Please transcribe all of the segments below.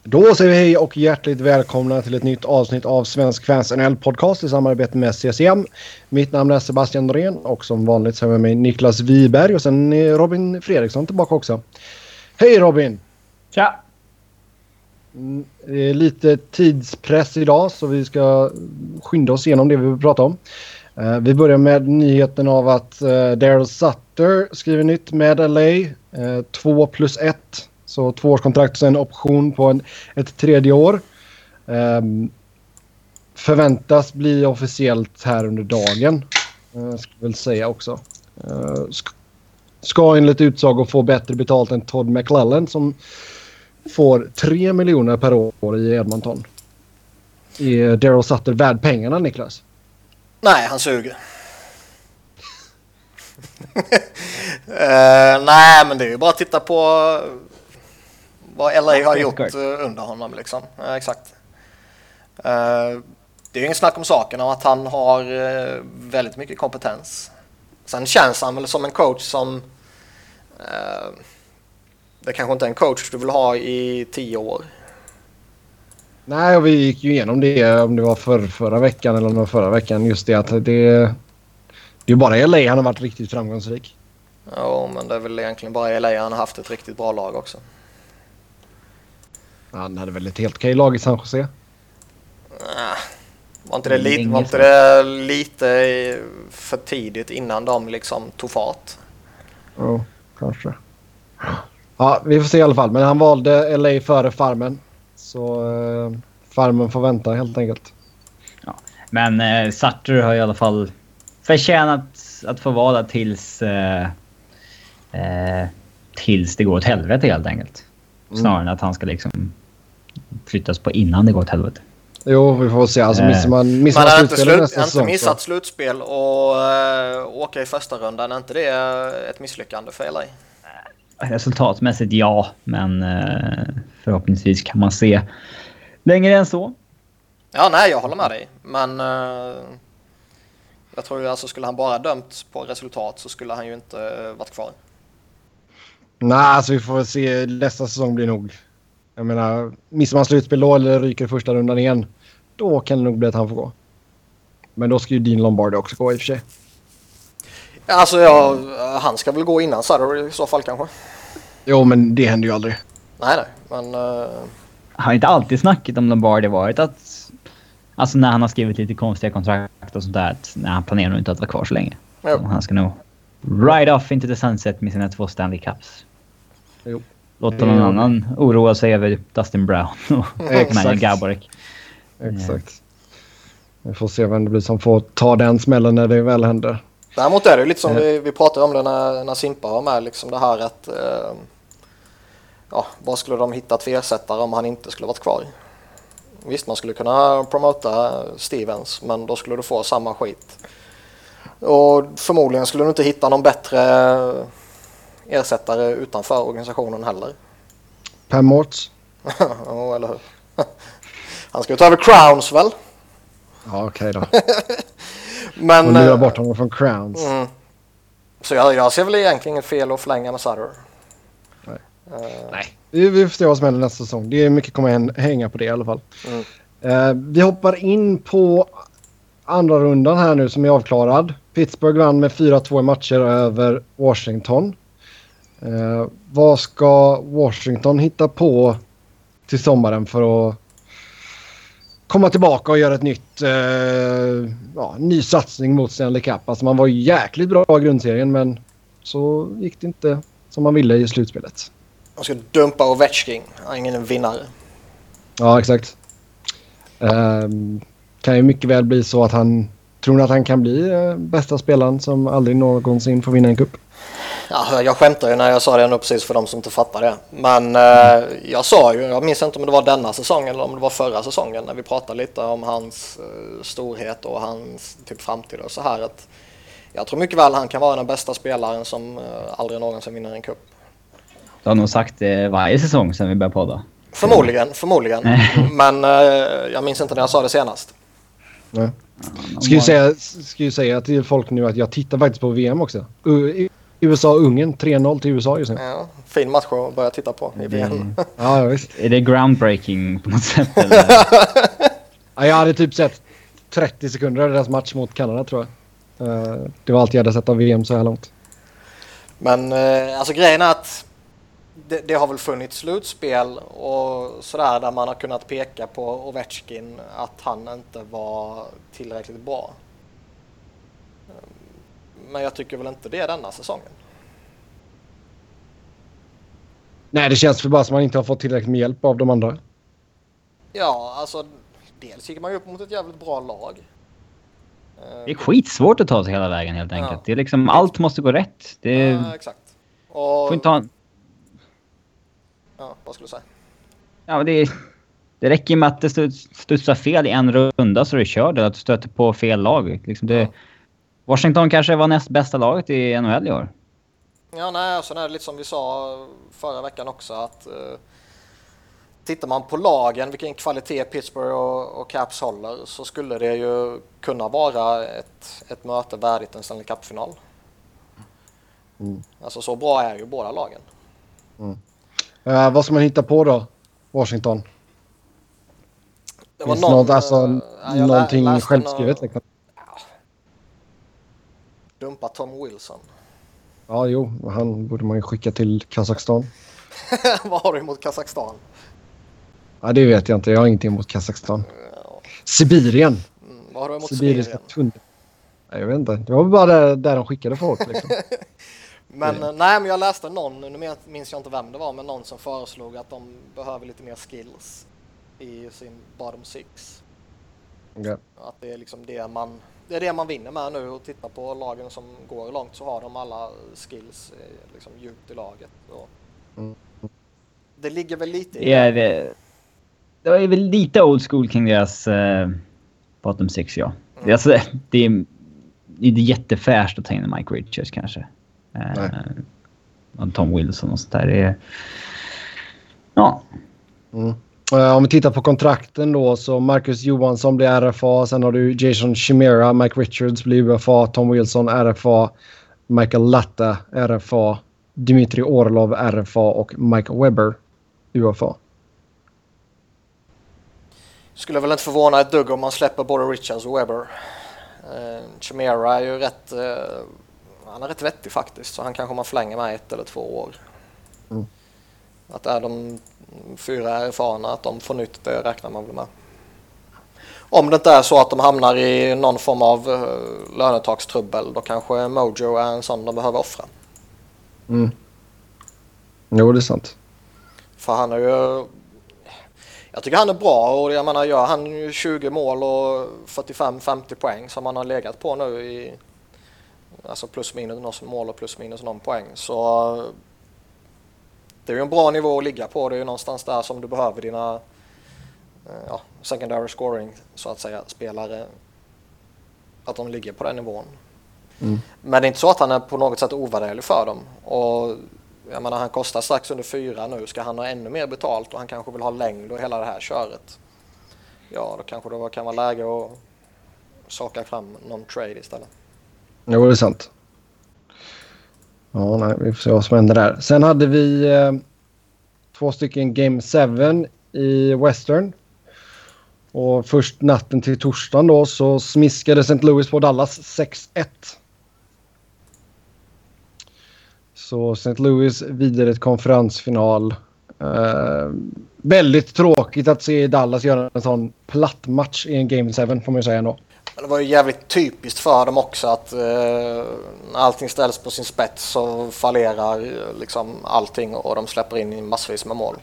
Då säger vi hej och hjärtligt välkomna till ett nytt avsnitt av Svensk Fans NHL-podcast i samarbete med CCM. Mitt namn är Sebastian Norén och som vanligt så har jag med mig Niklas Wiberg och sen är Robin Fredriksson tillbaka också. Hej Robin! Tja! Det är lite tidspress idag så vi ska skynda oss igenom det vi vill prata om. Vi börjar med nyheten av att Daryl Sutter skriver nytt med LA. 2+1. Så 2-årskontrakt och sen option på ett tredje år. Förväntas bli officiellt här under dagen. Ska väl säga också. Ska enligt utsago få bättre betalt än Todd McLellan som får 3 miljoner per år i Edmonton. Är Daryl Sutter värd pengarna, Niklas? Nej, han suger. Nej, men det är ju bara att titta på vad LA har gjort under honom liksom. Exakt. Det är ju ingen snack om saken om att han har väldigt mycket kompetens. Sen känns han väl som en coach som det kanske inte är en coach du vill ha i 10 år. Nej, och vi gick ju igenom det om det var förra veckan eller om det var förra veckan. Just det att det är ju bara LA han har varit riktigt framgångsrik. Ja, men det är väl egentligen bara LA han har haft ett riktigt bra lag också. Han hade väl ett helt okej lag i San Jose. Var inte det lite för tidigt innan de liksom tog fart? Ja, kanske. Ja, vi får se i alla fall. Men han valde LA före Farmen. Så Farmen får vänta helt enkelt. Ja. Men Sutter har i alla fall förtjänat att få vara tills det går åt helvete helt enkelt. Snarare än att han ska liksom flyttas på innan det går åt helvete. Jo, vi får se. Alltså, man har inte missat slutspel och åka i första rundan. Är inte det ett misslyckande för LA? Resultatmässigt ja, men förhoppningsvis kan man se längre än så. Ja, nej, jag håller med dig. Men jag tror ju alltså skulle han bara dömt på resultat så skulle han ju inte varit kvar. Nej, alltså vi får se. Nästa säsong blir nog... Jag menar, missar man slutspel då eller ryker första rundan igen, då kan det nog bli att han får gå. Men då ska ju Dean Lombardi också gå i och för sig. Alltså han ska väl gå innan Sutter i så fall kanske. Jo, men det händer ju aldrig. Nej, men... Har inte alltid snackat om Lombardi varit att... Alltså när han har skrivit lite konstiga kontrakt och sånt där, att när han planerar nog inte att vara kvar så länge. Så han ska nog ride off into the sunset med sina 2 Stanley Cups. Jo. Låta någon annan oroa sig över Dustin Brown och Manuel Gaborik. Exakt. Vi får se vem det blir som får ta den smällen när det väl händer. Däremot är det lite som vi pratade om det när Simpa var med. Liksom det här att vad skulle de hitta för ersättare om han inte skulle varit kvar? Visst, man skulle kunna promota Stevens, men då skulle du få samma skit. Och förmodligen skulle du inte hitta någon bättre ersättare utanför organisationen heller. Per Mortz? Ja, eller hur? Han ska ju ta över Crowns väl? Ja, okej då. Men och lura bort honom från Crowns. Så jag ser väl egentligen inget fel att förlänga med Sutter. Nej. Vi får se vad som händer nästa säsong. Det är mycket kommer hänga på det i alla fall. Vi hoppar in på andra rundan här nu som är avklarad. Pittsburgh vann med 4-2 matcher över Washington. Vad ska Washington hitta på till sommaren för att komma tillbaka och göra ett ny satsning mot Stanley Cup? Alltså man var ju jäkligt bra i grundserien, men så gick det inte som man ville i slutspelet. Man ska dumpa Ovechkin. Han är ingen vinnare. Ja, exakt. Kan ju mycket väl bli så att han tror att han kan bli bästa spelaren som aldrig någonsin får vinna en cup. Ja, jag skämtar ju när jag sa det nu precis för de som inte fattar det. Men jag minns inte om det var denna säsong eller om det var förra säsongen när vi pratade lite om hans storhet och hans typ framtid och så här. Att jag tror mycket väl han kan vara den bästa spelaren som aldrig någonsin vinner en cup. Du har nog sagt det varje säsong sedan vi började podda. Förmodligen. Men jag minns inte när jag sa det senast. Nej. Ska ju säga till folk nu att jag tittar faktiskt på VM också. I USA-Ungern 3-0 till USA just nu. Ja, fin match att börja titta på i VM. Ja, visst. Är det groundbreaking på något sätt? Ja, jag hade typ sett 30 sekunder av deras match mot Kanada, tror jag. Det var allt jag hade sett av VM så här långt. Men alltså grejen är att det har väl funnits slutspel och sådär där man har kunnat peka på Ovechkin att han inte var tillräckligt bra. Men jag tycker väl inte det är denna säsongen. Nej, det känns för bara som man inte har fått tillräckligt med hjälp av de andra. Ja, alltså dels gick man ju upp mot ett jävligt bra lag. Det är skitsvårt att ta sig hela vägen helt enkelt. Ja. Det är liksom, allt måste gå rätt. Det är... Ja, exakt. Och... Får inte ha... Ja, vad skulle du säga? Ja, det räcker med att det studsar fel i en runda så det kör det. Att du stöter på fel lag. Liksom det... Washington kanske var näst bästa laget i NHL i år. Ja, nej, och sen är det lite som vi sa förra veckan också att tittar man på lagen, vilken kvalitet Pittsburgh och Caps håller, så skulle det ju kunna vara ett möte värdigt en Stanley Cup-final. Alltså så bra är ju båda lagen. Vad ska man hitta på då, Washington? Det var någonting självskrivet. Dumpa Tom Wilson. Ja, jo. Han borde man ju skicka till Kazakstan. Vad har du emot Kazakstan? Ja, det vet jag inte. Jag har ingenting emot Kazakstan. Ja. Sibirien. Vad har du emot Sibirien? Jag vet inte. Det var bara där de skickade folk. Liksom. Men jag läste någon, nu minns jag inte vem det var, men någon som föreslog att de behöver lite mer skills i sin bottom six. Okay. Att det är liksom det man vinner med nu, och titta på lagen som går långt så har de alla skills liksom djupt i laget. Och det ligger väl lite i det var väl lite old school kring deras bottom six, ja. Alltså, det är jättefärskt att ta in Mike Richards kanske. Och Tom Wilson och sånt där. Det är... Ja. Om vi tittar på kontrakten då, så Marcus Johansson blir RFA, sen har du Jason Chimera, Mike Richards blir UFA, Tom Wilson RFA, Michael Latta RFA, Dmitry Orlov RFA och Mike Weber UFA. Skulle väl inte förvåna ett dugg om man släpper både Richards och Weber. Chimera är ju han är rätt vettig faktiskt, så han kanske man förlänger med 1 eller 2 år. Att är de 4 erfarna, att de får nytt, det räknar man väl med. Om det inte är så att de hamnar i någon form av lönetakstrubbel, då kanske Mojo är en sån de behöver offra. Jo, det är sant. För han är ju... Jag tycker han är bra, och jag menar, gör han ju 20 mål och 45-50 poäng som han har legat på nu i... Alltså plus minus någon mål och plus minus någon poäng, så... Det är ju en bra nivå att ligga på. Det är ju någonstans där som du behöver dina secondary scoring, så att säga, spelare. Att de ligger på den nivån. Men det är inte så att han är på något sätt ovärderlig för dem. Och jag menar, han kostar strax under 4 nu. Ska han ha ännu mer betalt och han kanske vill ha längd och hela det här köret. Ja, då kanske det kan vara läge att saka fram någon trade istället. Jo, det är sant. Ja, nej, vi får se vad som händer där. Sen hade vi 2 stycken Game 7 i Western. Och först natten till torsdagen då så smiskade St. Louis på Dallas 6-1. Så St. Louis vidare ett konferensfinal. Väldigt tråkigt att se Dallas göra en sån platt match i en Game 7, får man ju säga ändå. Det var ju jävligt typiskt för dem också att när allting ställs på sin spets så fallerar liksom allting och de släpper in massvis med mål.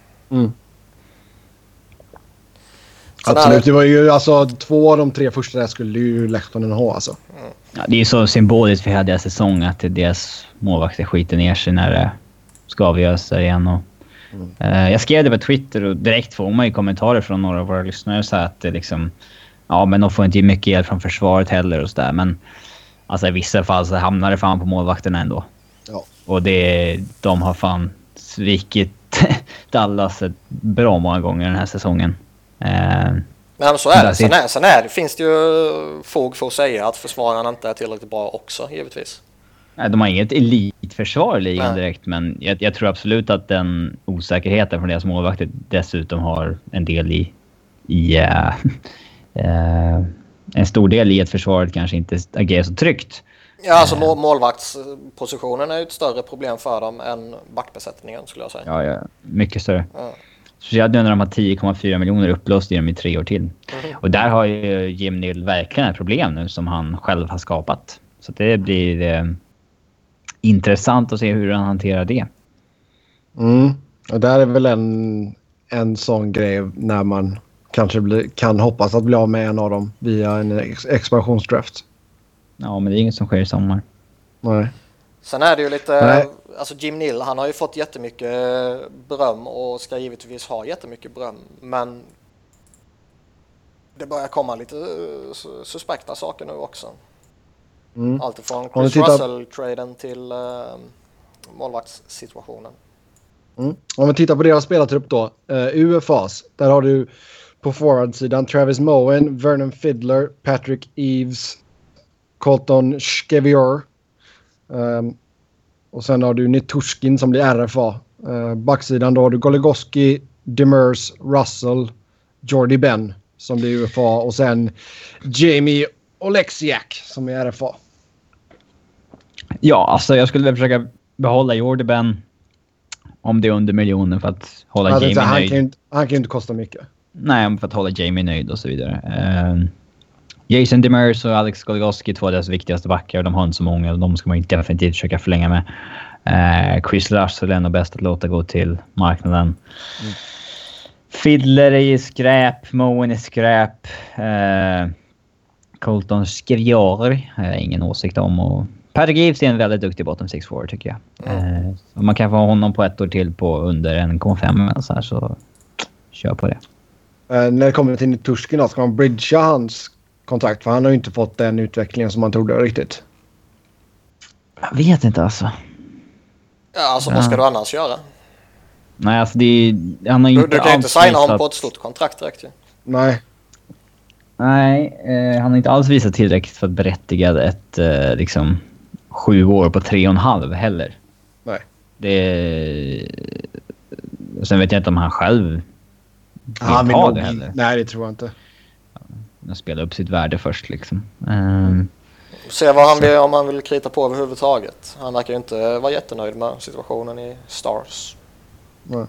Absolut, det var ju alltså 2 av de 3 första där skulle ju Lehtonen ha alltså. Ja, det är ju så symboliskt för hela deras säsong att deras målvakter skiter ner sig när det ska avgöras igen. Och, jag skrev det på Twitter och direkt får man ju kommentarer från några av våra lyssnare så att det liksom... Ja, men de får inte mycket hjälp från försvaret heller och sådär. Men alltså, i vissa fall så hamnar det fan på målvakterna ändå. Ja. Och de har fan svikit Dallas ett bra många gånger den här säsongen. Men så är det. Sen finns det ju fog för att säga att försvararna inte är tillräckligt bra också, givetvis. De har inget elitförsvar i ligan direkt, men jag tror absolut att den osäkerheten från deras målvakter dessutom har en del i en stor del i att försvaret kanske inte agerar så tryggt. Ja, alltså målvaktspositionen är ju ett större problem för dem än backbesättningen, skulle jag säga. Ja, mycket större. Ja. Så jag undrar om de har 10,4 miljoner upplöst i dem i 3 år till. Och där har ju Jim Nill verkligen ett problem nu som han själv har skapat. Så det blir intressant att se hur han hanterar det. Och där är väl en sån grej när man kanske kan hoppas att bli av med en av dem via en expansionsdraft. Ja, men det är inget som sker i sommar. Nej. Sen är det ju lite... Alltså Jim Nill, han har ju fått jättemycket beröm och ska givetvis ha jättemycket beröm. Men det börjar komma lite suspekta saker nu också. Allt ifrån Chris Russell-traden till målvaktssituationen. Om vi tittar på deras spelartrupp då. UFAs, där har du på forwardsidan Travis Moen, Vernon Fiddler, Patrick Eves, Colton Sceviour. Och sen har du Nitushkin som blir RFA. Backsidan då har du Goligoski, Demers, Russell, Jordy Ben som blir UFA. Och sen Jamie Oleksiak som är RFA. Ja, alltså jag skulle väl försöka behålla Jordy Ben om det är under miljonen för att hålla Jamie nöjd. Han kan ju inte kosta mycket. Nej, för att hålla Jamie nöjd och så vidare. Jason Demers och Alex Goligoski, 2 av deras viktigaste backar, och de har inte så många. De ska man ju definitivt försöka förlänga med. Chris Russell är nog bäst att låta gå till marknaden. Fiddler är ju skräp, Moen är skräp. Colton Sceviour har jag ingen åsikt om. Och Patrick Eves är en väldigt duktig bottom 6 forward tycker jag. Om man kan få honom på 1 år till på under 1,5 så kör på det. När det kommer till Nitushkin då, ska man bridgea hans kontrakt? För han har ju inte fått den utvecklingen som man trodde riktigt. Jag vet inte alltså. Ja, alltså vad ska du annars göra? Nej, alltså han har inte du kan inte signa honom på ett stort kontrakt direkt ju. Nej. Nej, han har inte alls visat tillräckligt för att berättiga ett 7 år på 3,5 heller. Nej. Sen vet jag inte om han själv vill ta det heller. Nej, det tror jag inte. Han spelar upp sitt värde först liksom. Se vad han vill, om han vill krita på överhuvudtaget. Han verkar ju inte vara jättenöjd med situationen i Stars. Nej.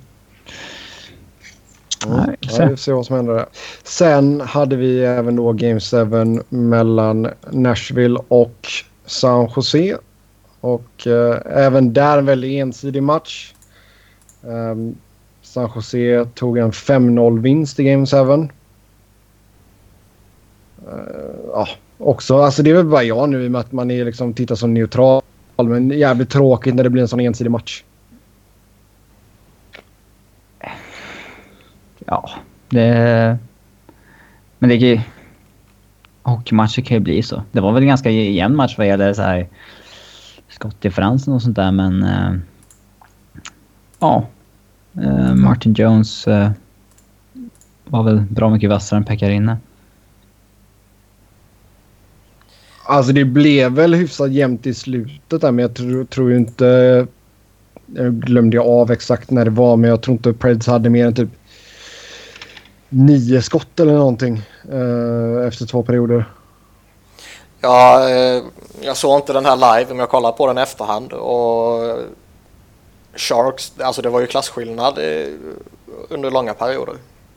Vi får se vad som händer där. Sen hade vi även då Game 7 mellan Nashville och San Jose. Och även där en väldigt ensidig match. San Jose tog en 5-0-vinst i Game 7. Också, alltså det är väl bara jag nu i och med att man är liksom tittar som neutral. Men jävligt tråkigt när det blir en sån ensidig match. Ja, men det kan ju... Hockeymatcher kan ju bli så. Det var väl en ganska jämn match vad gäller så här skottdifferensen och sånt där, men Martin Jones var väl bra mycket vassare än Pekkarinen. Alltså det blev väl hyfsat jämnt i slutet där, men jag tror ju inte... Jag glömde av exakt när det var, men jag tror inte Preds hade mer än typ 9 skott eller någonting efter 2 perioder. Ja, jag såg inte den här live, men jag kollade på den i efterhand. Och Sharks, alltså det var ju klasskillnad under långa perioder.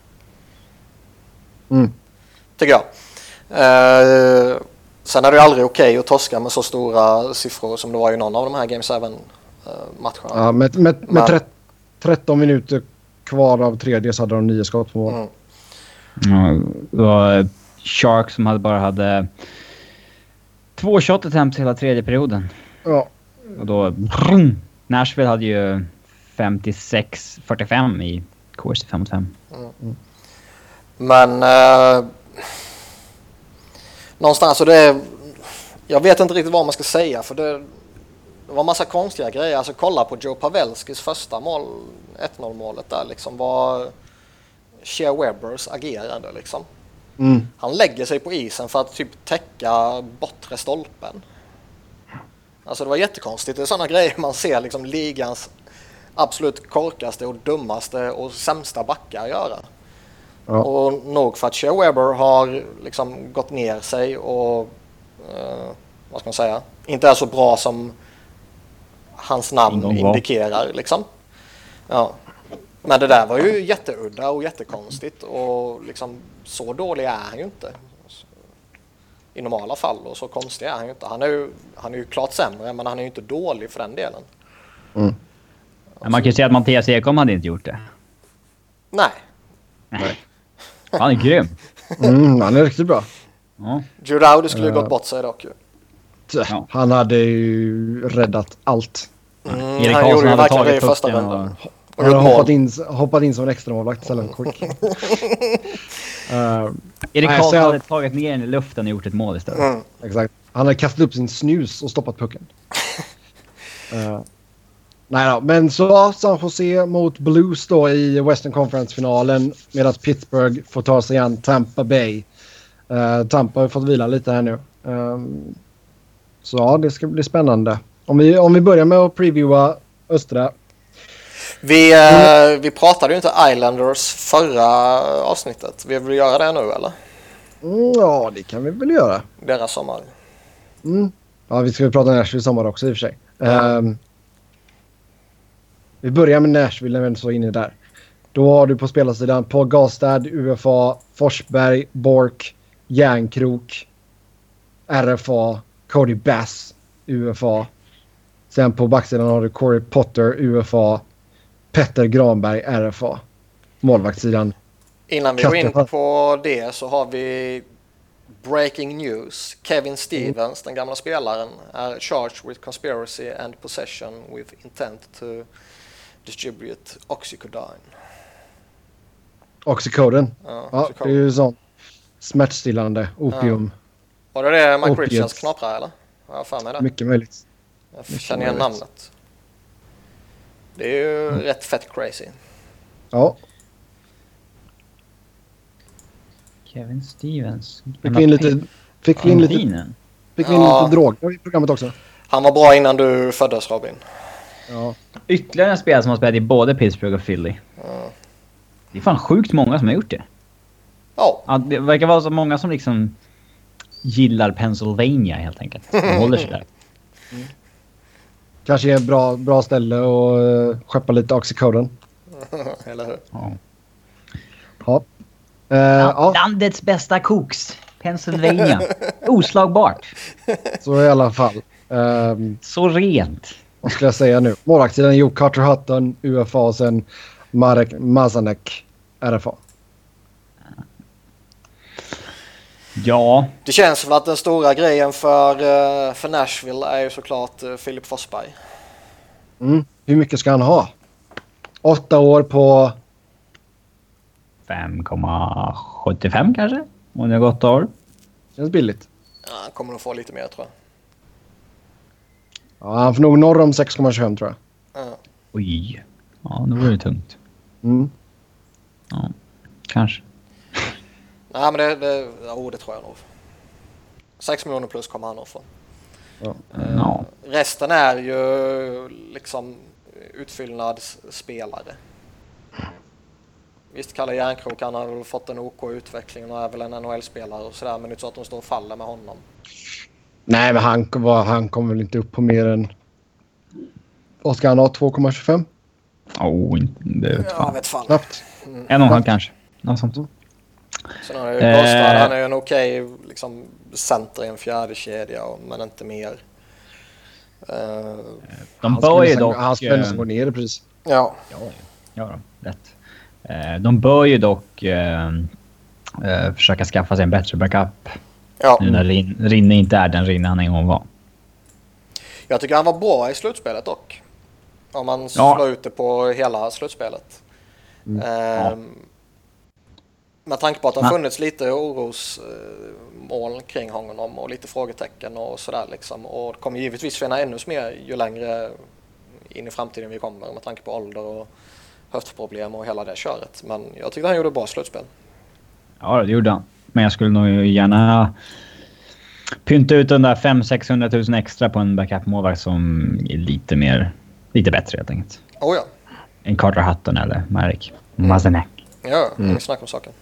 Tycker jag. Sen är det ju aldrig okej att torska med så stora siffror som det var i någon av de här Game 7-matcherna. Ja, med 13 minuter kvar av tredje så hade de 9 skott på mål. Ja, det var Sharks som bara hade 2 shot attempts hela tredje perioden. Ja. Och då Nashville hade ju 56-45 i course 5-5. Men någonstans så jag vet inte riktigt vad man ska säga, för det var en massa konstiga grejer. Alltså kolla på Joe Pavelskis första mål, 1-0 målet där liksom, var Shea Webbers agerande liksom. Han lägger sig på isen för att typ täcka bortre stolpen. Alltså det var jättekonstigt. Det är sådana grejer man ser liksom ligans absolut korkaste och dummaste och sämsta backar göra. Ja. Och nog för att Shea Weber har liksom gått ner sig och vad ska man säga, inte är så bra som hans namn indikerar liksom. Ja. Men det där var ju jätteudda och jättekonstigt och liksom så dålig är han ju inte i normala fall och så konstig är han ju inte. Han är ju klart sämre, men han är ju inte dålig för den delen. Mm. Man kan ju säga att Mattias Ekholm hade inte gjort det. Nej. Han är grym. Han är riktigt bra. Ja. Giroud skulle ju gått bort sig dock ju. Ja. Han hade ju räddat allt. Erik han gjorde ju verkligen det i första rundan. Han har hoppat in som en extra målvakt istället. Erik Karlsson hade tagit ner den i luften och gjort ett mål istället. Exakt. Han hade kastat upp sin snus och stoppat pucken. Nej då, men så San Jose mot Blues då i Western Conference-finalen medan Pittsburgh får ta sig an Tampa Bay. Tampa har fått vila lite här nu. Så ja, det ska bli spännande. Om vi börjar med att previewa östra. Vi pratade ju inte Islanders förra avsnittet. Vi vill göra det nu eller? Ja, det kan vi väl göra. Deras sommar. Ja, vi ska prata Nashville sommar också i och för sig. Vi börjar med Nashville när vi är så inne där. Då har du på spelarsidan Paul Gastad, UFA, Forsberg, Bork, Järnkrok, RFA, Cody Bass, UFA. Sen på backsidan har du Corey Potter, UFA, Petter Granberg, RFA. Målvaktssidan. Innan vi går in på det så har vi breaking news. Kevin Stevens, den gamla spelaren, är charged with conspiracy and possession with intent to distribute oxycodone. Oxycodone? Ja, det är ju sånt smärtstillande opium. Var det Mike Richards knaprar eller? Ja, fan med det. Mycket möjligt. Jag känner igen namnet. Det är ju rätt fett crazy. Ja. Kevin Stevens. Fick vi in lite droger i programmet också. Han var bra innan du föddes, Robin. Ja. Ytterligare en spelare som har spelat i både Pittsburgh och Philly. Det är fan sjukt många som har gjort det. Ja. Det verkar vara så många som liksom gillar Pennsylvania helt enkelt. De håller sig där. Kanske är ett bra ställe att skeppa lite oxycodone. Eller hur? Ja. Landets bästa koks. Pennsylvania. Oslagbart. Så i alla fall. Så rent. Vad skulle jag säga nu? Målvaktssidan Joe Carter Hutton, UFA och sen Marek Mazanek, RFA. Ja. Det känns väl att den stora grejen för Nashville är ju såklart Filip Forsberg. Hur mycket ska han ha? 8 år på 5,75 kanske? Om det har gått år. Känns billigt. Ja, han kommer nog få lite mer tror jag. Ja, han får nog norr om 6,25 tror jag. Oj. Ja, det var ju tungt. Ja, kanske. Nej, men det tror jag nog. 6 miljoner plus kommer han nog få. Resten är ju liksom utfyllnadsspelare. Visst, Kalle Järnkrok, han har väl fått en OK-utveckling och är väl en NHL-spelare och sådär, men det är inte så att de står och faller med honom. Nej, men han kommer väl inte upp på mer än... Vad ska han ha? 2,25? Det vet fan. Knappt. 1,5 kanske. Något sånt. Sen har ju Gostad, han är ju en okej liksom, center i en fjärde kedja, men inte mer. De bör ju dock... Han ska nästan gå ner i pris. Ja, rätt. De bör ju dock försöka skaffa sig en bättre backup. Ja. Nu när Rinne inte är den Rinne han en gång var. Jag tycker han var bra i slutspelet dock. Om man slår ut det på hela slutspelet. Med tanke på att det har funnits lite orosmål kring honom och lite frågetecken och sådär liksom. Och det kommer givetvis finna ännu mer ju längre in i framtiden vi kommer med tanke på ålder och höftproblem och hela det köret. Men jag tyckte han gjorde bra slutspel. Ja, det gjorde han. Men jag skulle nog gärna pynta ut den där 500-600 000 extra på en backup-målvakt som är lite bättre helt enkelt. Oh ja. En Carter Hutton eller Marek Mazenek. Ja, snack om saken.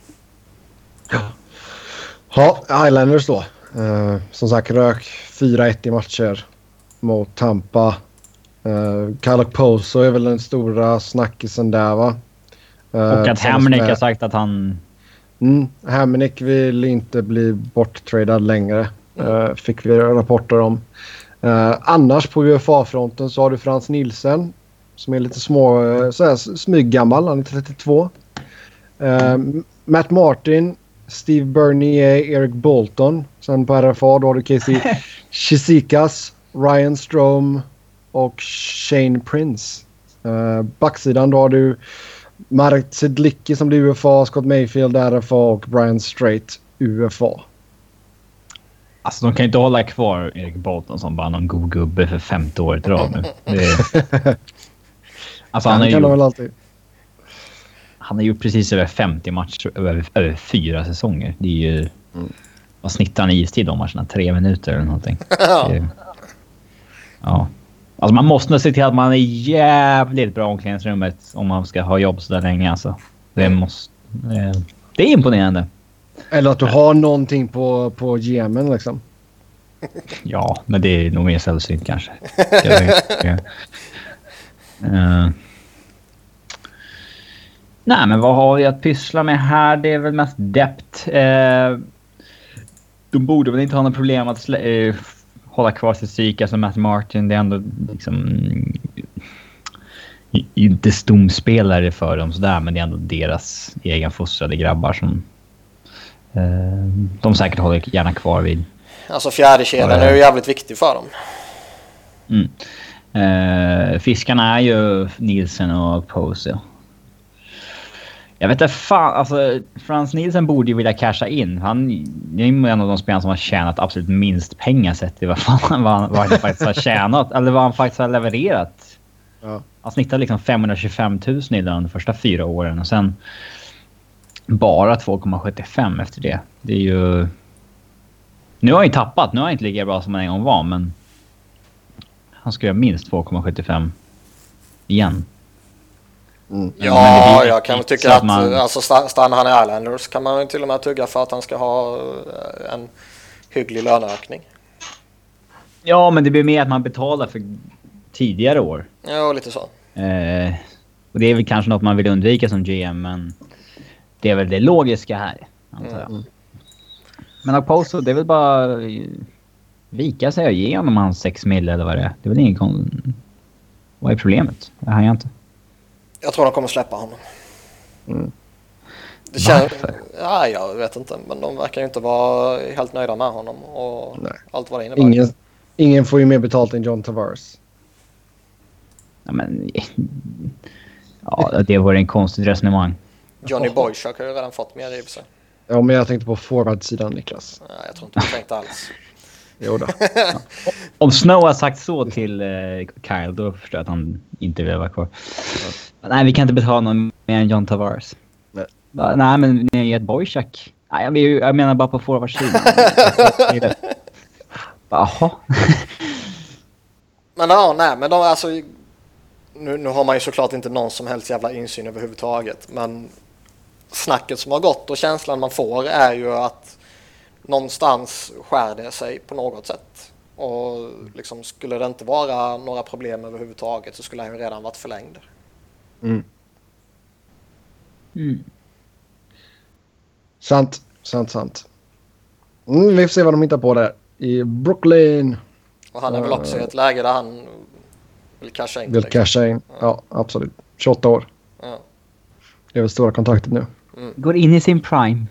Ja, Islanders då. Som sagt, rök 4-1 i matcher mot Tampa. Kyle Poso är väl den stora snackisen där, va? Och att Hamonic har sagt att han... Hamonic vill inte bli borttradad längre. Fick vi rapporter om. Annars på UFA-fronten så har du Frans Nielsen som är lite smyggammal. Han är 32. Matt Martin, Steve Bernier, Eric Bolton. Sen på RFA då har du Casey Chizikas, Ryan Strome och Shane Prince. Backsidan då har du Mark Sedlicki som blir UFA, Scott Mayfield RFA och Brian Strait UFA. Alltså de kan inte hålla kvar Eric Bolton som bara någon god gubbe för 50 år i rad nu. Alltså han har gjort precis över 50 matcher över 4 säsonger. Det är ju... Vad snittar han i istid de matcherna? 3 minuter eller någonting. Ja. Alltså man måste se till att man är jävligt bra i omklädningsrummet om man ska ha jobb så där länge. Alltså. Det är imponerande. Eller att du har någonting på GM:en liksom. Ja, men det är nog mer sällsynt kanske. Nej, men vad har vi att pyssla med här? Det är väl mest depth. De borde väl inte ha något problem att hålla kvar sitt psyke som Matt Martin. Det är ändå liksom inte stomspelare för dem sådär, men det är ändå deras egen fostrade grabbar som de säkert håller gärna kvar vid. Alltså fjärde kedjan är ju jävligt viktig för dem. Fiskarna är ju Nielsen och Posey. Jag vet inte fan, alltså Frans Nielsen borde ju vilja casha in. Han är en av de spelarna som har tjänat absolut minst pengar sett i vad han faktiskt har tjänat eller vad han faktiskt har levererat. Ja. Han snittar liksom 525 000 i de första 4 åren och sen bara 2,75 efter det. Det är ju... Nu har han ju tappat, nu har han inte lika bra som han en gång var, men han ska göra minst 2,75 igen. Ja, jag kan tycka att alltså, stannar han i Islanders kan man till och med tugga för att han ska ha en hygglig löneökning. Ja, men det blir mer att man betalar för tidigare år. Ja, lite så. Och det är väl kanske något man vill undvika som GM, men det är väl det logiska här, antar jag. Men Okposo, det är väl bara vika sig och ge honom hans 6 mil eller vad det är. Det är väl ingen vad är problemet? Det har jag inte. Jag tror de kommer släppa honom. Varför? Ja, jag vet inte. Men de verkar ju inte vara helt nöjda med honom. Och allt vad det innebär. Ingen får ju mer betalt än John Tavares. Ja, men... Ja, det var en konstigt resonemang. Johnny Boychuk har ju redan fått mer i sig. Ja, men jag tänkte på forwardsidan, Niklas. Nej, jag tror inte du tänkte alls. Jo då. Ja. Om Snow har sagt så till Kyle, då förstår jag att han inte vill vara kvar. Ja. Nej, vi kan inte betala någon mer än John Tavares. Nej, nej men ni har gett Boychuk. Nej, jag menar bara på forwardsidan. Jaha. Men ja, nej, men de alltså... Nu har man ju såklart inte någon som helst jävla insyn överhuvudtaget. Men snacket som har gått och känslan man får är ju att någonstans skär det sig på något sätt. Och liksom skulle det inte vara några problem överhuvudtaget så skulle han ju redan varit förlängd. Sant. Vi får se vad de hittar på där i Brooklyn. Och han är väl också i ett läge där han vill casha in. Ja, absolut. 28 år. Ja. Det är väl stora kontraktet nu. Går in i sin prime.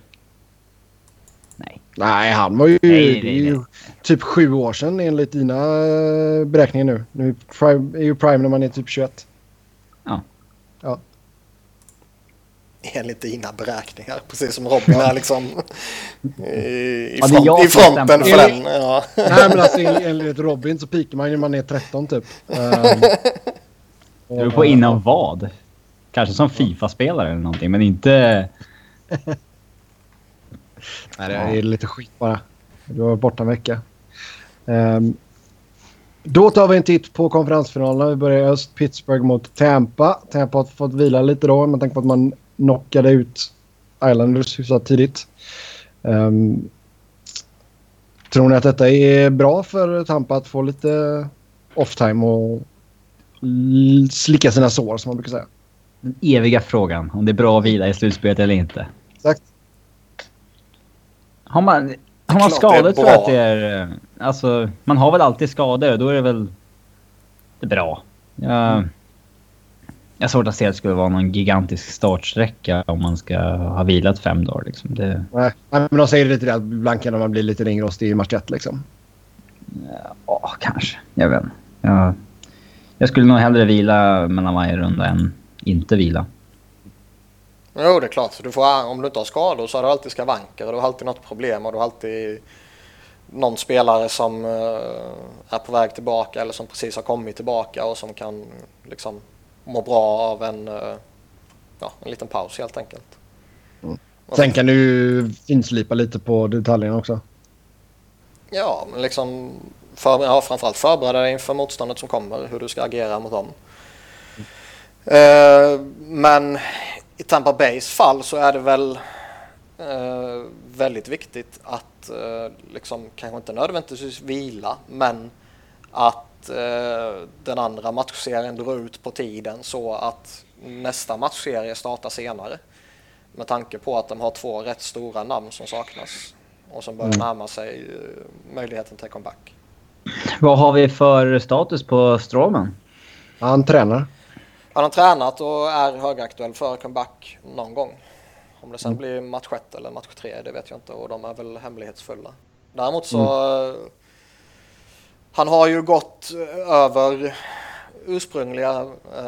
Nej, han var ju, nej. Typ 7 år sedan enligt dina beräkningar nu. Nu är ju prime när man är typ 21. Ja. Enligt dina beräkningar. Precis som Robin är liksom i fronten för den. Ja. Nej, men alltså enligt Robin så pikar man ju när man är 13 typ. Du är på innan vad? Kanske som FIFA-spelare eller någonting, men inte... Nej, det är lite skit bara. Du var borta en vecka. Då tar vi en titt på konferensfinalerna. Vi börjar i öst. Pittsburgh mot Tampa. Tampa har fått vila lite då. Med tanke på att man knockade ut Islanders hyfsat tidigt. Tror ni att detta är bra för Tampa att få lite off-time och slicka sina sår, som man brukar säga? Den eviga frågan. Om det är bra att vila i slutspelet eller inte. Exakt. Har man skador, tror jag att det är... Alltså, man har väl alltid skador. Då är det väl bra. Jag har svårt att se att det skulle vara någon gigantisk startsträcka om man ska ha vilat 5 dagar. Liksom. Nej, men de säger lite det att ibland kan man bli lite ringrostig i match 1. Liksom. Ja, kanske. Jag vet inte. Jag skulle nog hellre vila mellan varje runda än inte vila. Jo, det är klart. Om du inte har skador så har du alltid skavanker. Du har alltid något problem och du har alltid någon spelare som är på väg tillbaka eller som precis har kommit tillbaka och som kan liksom må bra av en liten paus helt enkelt. Sen kan du finslipa lite på detaljerna också. Ja, men liksom framförallt förbereda dig inför motståndet som kommer, hur du ska agera mot dem. Men i Tampa Bays fall så är det väl väldigt viktigt att liksom, kanske inte nödvändigtvis vila, men att den andra matchserien drar ut på tiden så att nästa matchserie startar senare. Med tanke på att de har 2 rätt stora namn som saknas och som börjar närma sig möjligheten till comeback. Vad har vi för status på Stråman? Han tränar. Han har tränat och är högaktuell för comeback någon gång. Om det sen blir match 1 eller match 3, det vet jag inte. Och de är väl hemlighetsfulla. Däremot så... Han har ju gått över ursprungliga...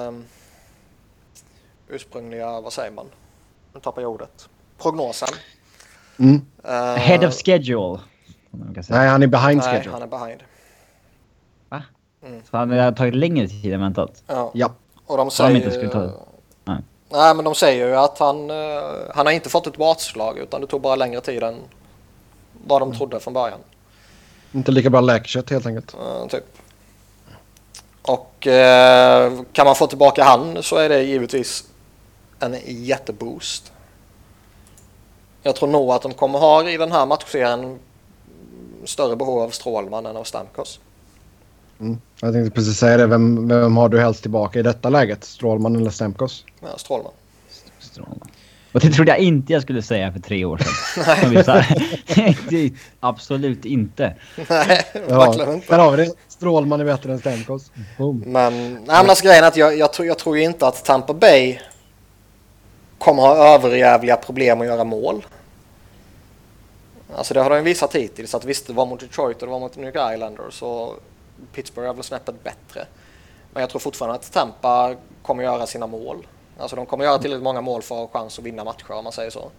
vad säger man? Nu tappar jag ordet. Prognosen. Head of schedule. Nej, han är behind schedule. Nej, han är behind. Va? Så han har tagit längre tid än väntat? Ja. Och de säger... Nej, men de säger ju att han har inte fått ett bakslag utan det tog bara längre tid än vad de trodde från början. Inte lika bra läkkött helt enkelt. Typ. Och kan man få tillbaka han så är det givetvis en jätteboost. Jag tror nog att de kommer ha i den här matchserien större behov av Strålman än av Stamkos. Jag tänkte precis säga det. Vem har du helst tillbaka i detta läget? Strålman eller Stamkos? Ja, Strålman. Och det trodde jag inte jag skulle säga för 3 år sedan. Absolut inte. Nej, verkligen inte. Där har vi det. Strålman är bättre än Stamkos. Men alltså grejen är att jag tror ju inte att Tampa Bay kommer ha överjävliga problem att göra mål. Alltså det har de visat hittills att visst, det var mot Detroit och det var mot New York Islanders så Pittsburgh är väl snäppet bättre. Men jag tror fortfarande att Tampa kommer göra sina mål. Alltså de kommer göra tillräckligt många mål för att ha chans att vinna matcher om man säger så.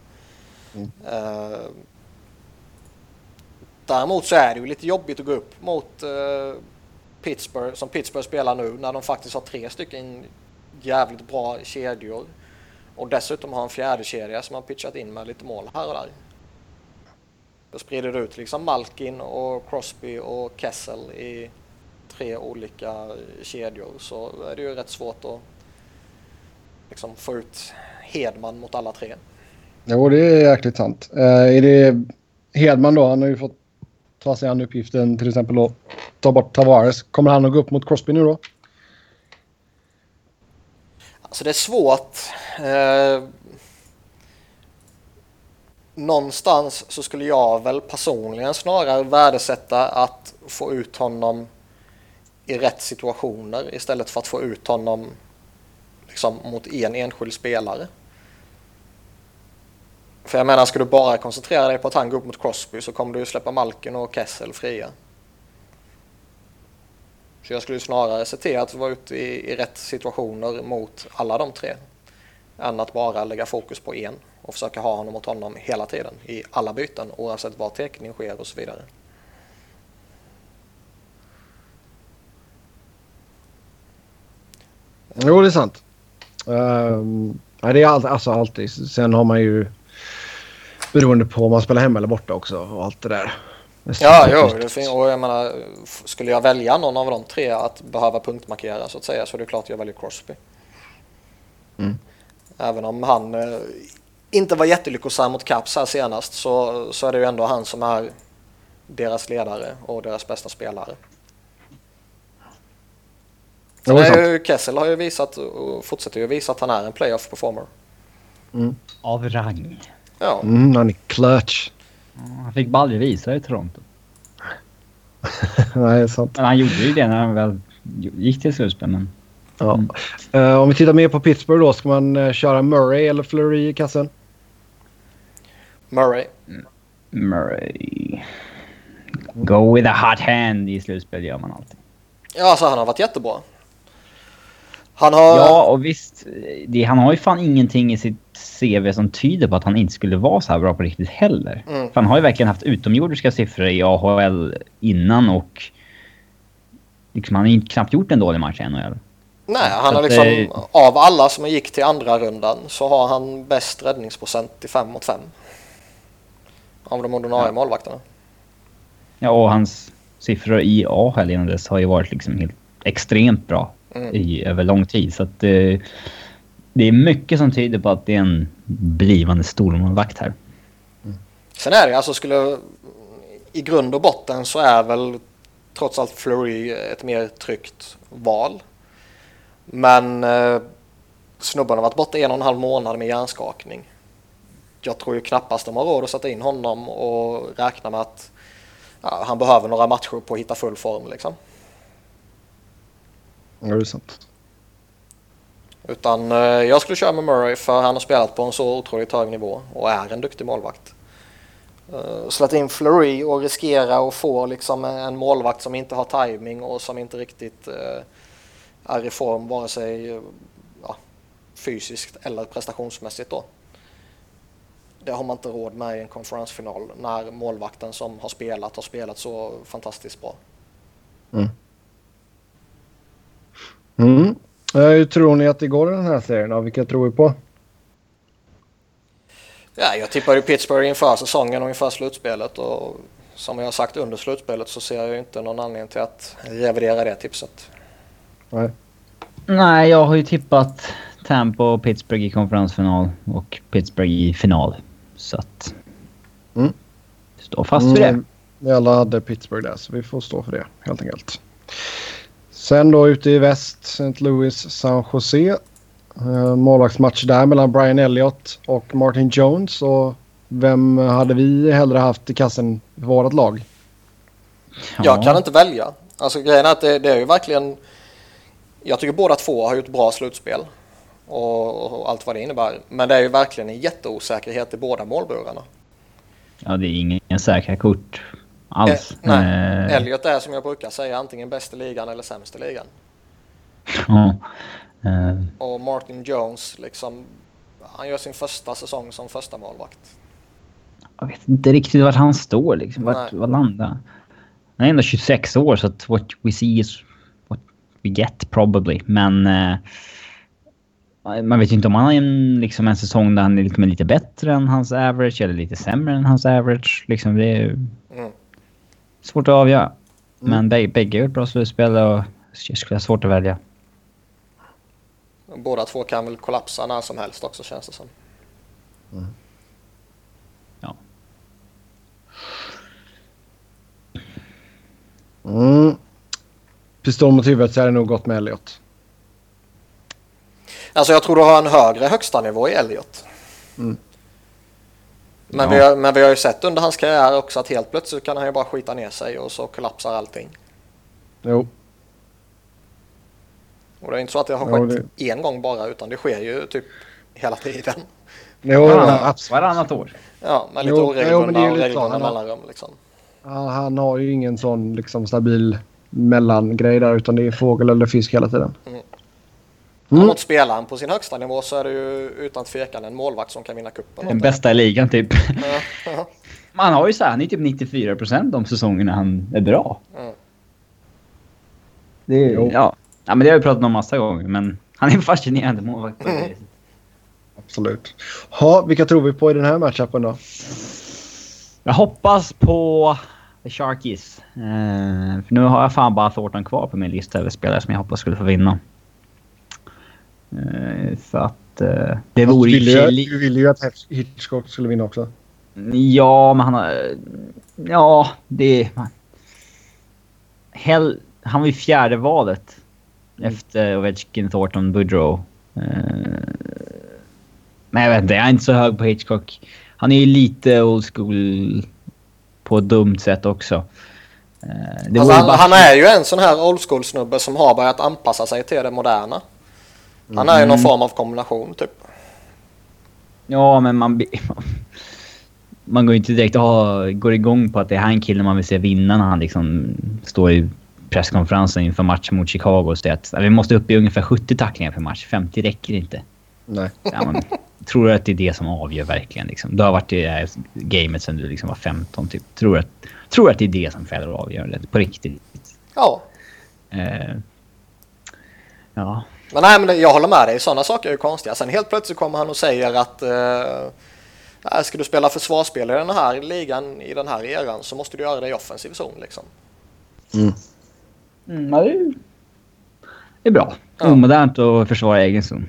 Däremot så är det ju lite jobbigt att gå upp mot Pittsburgh som Pittsburgh spelar nu när de faktiskt har 3 stycken jävligt bra kedjor. Och dessutom har en 4:e kedja som har pitchat in med lite mål här och där. Då sprider du ut liksom Malkin och Crosby och Kessel i 3 olika kedjor så är det ju rätt svårt att liksom få ut Hedman mot alla 3. Jo, det är jäkligt sant. Är det Hedman då? Han har ju fått ta sig an uppgiften till exempel att ta bort Tavares. Kommer han att gå upp mot Crosby nu då? Alltså det är svårt. Någonstans så skulle jag väl personligen snarare värdesätta att få ut honom i rätt situationer istället för att få ut honom liksom mot en enskild spelare. För jag menar, ska du bara koncentrera dig på att han går upp mot Crosby så kommer du ju släppa Malkin och Kessel fria. Så jag skulle snarare se till att vara ute i rätt situationer mot alla de 3 än att bara lägga fokus på en och försöka ha honom mot honom hela tiden i alla byten oavsett var teckning sker och så vidare. Jo, det är sant. Det är alltid. Sen har man ju beroende på om man spelar hemma eller borta också och allt det där. Ja, och jag menar, skulle jag välja någon av de tre att behöva punktmarkera så att säga, så är det klart jag väljer Crosby. Även om han inte var jättelyckosam mot Caps här senast, så är det ju ändå han som är deras ledare och deras bästa spelare. Sen Kessel har ju visat och fortsätter ju visa att han är en playoff performer. Av rang. Ja. Han är clutch. Han fick bara aldrig visa det i Toronto. Nej, det är sant. Men han gjorde ju det när han väl gick till slutspel. Men... Ja. Om vi tittar mer på Pittsburgh då, ska man köra Murray eller Fleury i kassen? Murray. Go with a hot hand i slutspel gör man alltid. Ja, alltså han har varit jättebra. Han har... Ja, och visst. Han har ju fan ingenting i sitt CV som tyder på att han inte skulle vara så här bra på riktigt heller. För han har ju verkligen haft utomjordiska siffror i AHL innan och liksom, han har ju knappt gjort en dålig match i NHL. Nej, han har liksom av alla som gick till andra rundan så har han bäst räddningsprocent i 5-5 av de ordinarie målvakterna. Ja, och hans siffror i AHL innan dess har ju varit liksom helt extremt bra över lång tid. Så att det är mycket som tyder på att det är en blivande stormålvakt här. Sen är det alltså i grund och botten så är väl trots allt Fleury ett mer tryggt val. Men snubben har varit borta 1,5 månad med hjärnskakning. Jag tror ju knappast de har råd att sätta in honom och räkna med att han behöver några matcher på att hitta full form liksom. Ja, det är sant. Utan jag skulle köra med Murray för han har spelat på en så otroligt hög nivå och är en duktig målvakt. Släppa in Fleury och riskera att få liksom en målvakt som inte har timing och som inte riktigt är i form vare sig fysiskt eller prestationsmässigt då. Det har man inte råd med i en konferensfinal när målvakten som har spelat så fantastiskt bra. Hur tror ni att det går i den här serien? Vilka tror vi på? Ja, jag tippar ju Pittsburgh inför säsongen och inför slutspelet och som jag har sagt under slutspelet så ser jag ju inte någon anledning till att revidera det tipset. Nej, jag har ju tippat Tampa och Pittsburgh i konferensfinal och Pittsburgh i final. Så att stå fast för det. Vi alla hade Pittsburgh där så vi får stå för det helt enkelt. Sen då ute i väst, St. Louis, San Jose. Målvaktsmatch där mellan Brian Elliott och Martin Jones. Och vem hade vi hellre haft i kassen för vårt lag? Jag kan inte välja. Alltså grejen är att det är ju verkligen... Jag tycker båda två har gjort bra slutspel. Och allt vad det innebär. Men det är ju verkligen en jätteosäkerhet i båda målburarna. Ja, det är ingen säkra kort alls. Nej, Elliott är som jag brukar säga antingen bäst i ligan eller sämst i ligan. Och Martin Jones liksom, han gör sin första säsong som första målvakt. Jag vet inte riktigt vart han står liksom, vart landar. Han är ändå 26 år så att what we see is what we get probably. Men man vet ju inte om han har en säsong där han är lite bättre än hans average eller lite sämre än hans average. Liksom det är svårt att avgöra. Men bägge är ett bra slutspel och jag skulle ha svårt att välja. Båda två kan väl kollapsa när som helst också känns det som. Ja. Pistol mot huvudet så är det nog gått med Elliott. Alltså jag tror du har en högre högsta nivå i Elliott. Men vi har ju sett under hans karriär också att helt plötsligt kan han ju bara skita ner sig och så kollapsar allting. Jo. Och det är inte så att det har skett en gång bara utan det sker ju typ hela tiden. Jo, varannat år. Ja, med lite oregelbundna mellanrum liksom. Han har ju ingen sån liksom stabil mellangrej där utan det är fågel eller fisk hela tiden. Mot spelaren på sin högsta nivå så är det ju utan tvekan en målvakt som kan vinna kuppen. Den bästa i ligan typ. Man har ju så här, han är typ 94% de säsongerna han är bra. Det är, ja, men det har vi pratat om massa gånger men han är en fascinerande målvakt på det. Absolut. Vilka tror vi på i den här matchupen då? Jag hoppas på The Sharkies. För nu har jag fan bara Thornton kvar på min lista över spelare som jag hoppas skulle få vinna. Så att det vore Du ville ju att Hitchcock skulle vinna också. Ja, men han har... Ja, det... Han var ju fjärde valet efter Ovechkin, Thornton, Boudreau. Men jag vet inte, jag är inte så hög på Hitchcock. Han är ju lite old school på ett dumt sätt också. Alltså han är ju en sån här old school snubbe som har börjat anpassa sig till det moderna. Han är ju någon form av kombination typ. Ja, men man går ju inte direkt går igång på att det är en kille man vill se vinna när han liksom står i presskonferensen inför match mot Chicago och säger att vi måste upp i ungefär 70 tacklingar per match. 50 räcker inte. Nej. Ja, man tror att det är det som avgör verkligen. Liksom. Du har varit i det här gamet sedan du liksom var 15 typ. Tror att det är det som fäller och avgör det på riktigt. Ja. Ja. Men nej, men jag håller med dig. Sådana saker är ju konstiga. Sen helt plötsligt kommer han och säger att ska du spela försvarsspel i den här ligan i den här eran så måste du göra det i offensiv zon liksom. Ja, det är bra. Ja. Omodernt att försvara egen zon.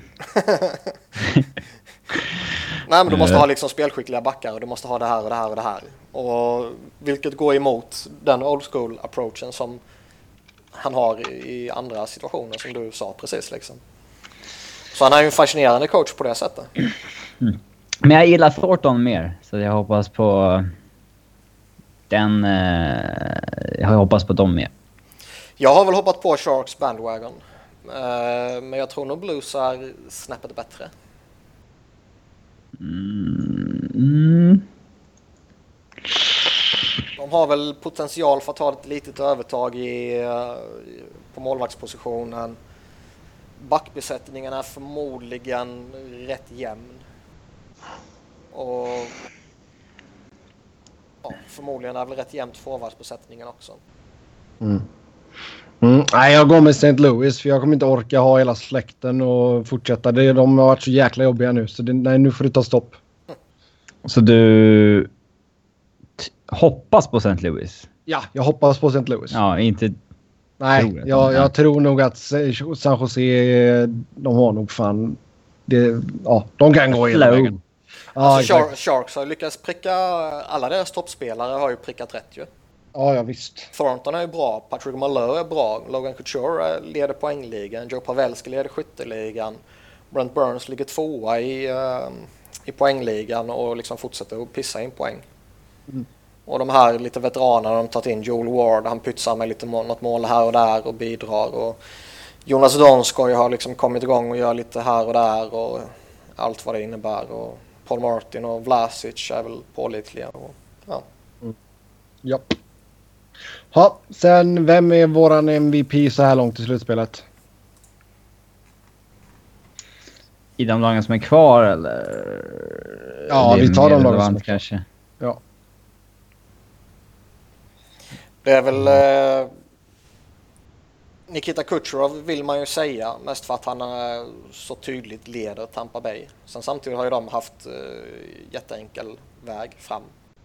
Nej, men du måste ha liksom spelskickliga backar och du måste ha det här och det här och det här. Och vilket går emot den old school approachen som han har i andra situationer som du sa precis liksom. Så han är ju en fascinerande coach på det sättet. Men jag gillar Thornton mer, så jag hoppas på den. Jag hoppas på dem mer. Jag har väl hoppat på Sharks bandwagon. Men jag tror nog Blues är snäppet bättre. De har väl potential för att ta ett litet övertag på målvaktspositionen. Backbesättningen är förmodligen rätt jämn. Och förmodligen är väl rätt jämnt forwardsbesättningen också. Nej, jag går med St. Louis för jag kommer inte orka ha hela släkten och fortsätta. De har varit så jäkla jobbiga nu så nu får du ta stopp. Så du hoppas på St. Louis? Ja, jag hoppas på St. Louis. Ja, inte... Nej, jag tror nog att San Jose, de har nog fan... de kan gå hela vägen. Alltså, Sharks har lyckats pricka... Alla deras toppspelare har ju prickat rätt ju. Ja, visst. Thornton är ju bra, Patrick Malone är bra, Logan Couture leder poängligan, Joe Pavelski leder skytteligan, Brent Burns ligger 2:a i poängligan och liksom fortsätter att pissa in poäng. Och de här lite veteranerna de har tagit in, Joel Ward, han pytsar med lite något mål här och där och bidrar, och Jonas Donskoj har liksom kommit igång och gör lite här och där och allt vad det innebär, och Paul Martin och Vlasic är väl pålitliga och Ja. Ja, sen vem är våran MVP så här långt i slutspelet? I de lagen som är kvar eller? Ja, vi tar de lagen som är kanske. Ja. Det är väl Nikita Kucherov vill man ju säga, mest för att han så tydligt leder Tampa Bay. Sen samtidigt har ju de haft jätteenkel väg fram.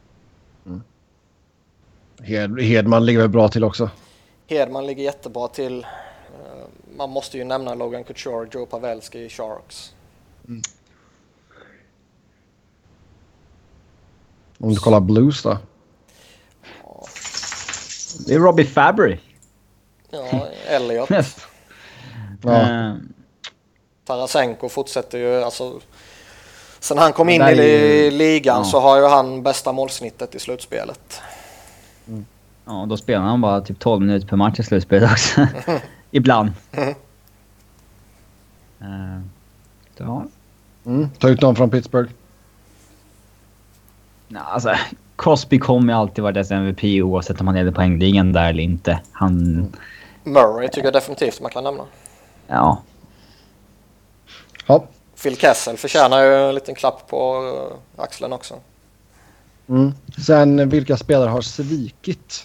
Hedman ligger väl bra till också. Hedman ligger jättebra till. Man måste ju nämna Logan Couture, Joe Pavelski i Sharks. Om du kollar Blues då? Ja. Det är Robbie Fabry. Ja, Elliot. Ja. Tarasenko fortsätter ju, alltså sen han kom in i ligan så har ju han bästa målsnittet i slutspelet. Ja, då spelar han bara typ 12 minuter per match i slutspelet också. Ibland. Ja. Ta ut någon från Pittsburgh. Alltså, Crosby kommer alltid vara dess MVP oavsett om han leder poängligan där eller inte. Murray tycker jag definitivt man kan nämna. Ja. Phil Kessel förtjänar ju en liten klapp på axeln också. Sen vilka spelare har svikit?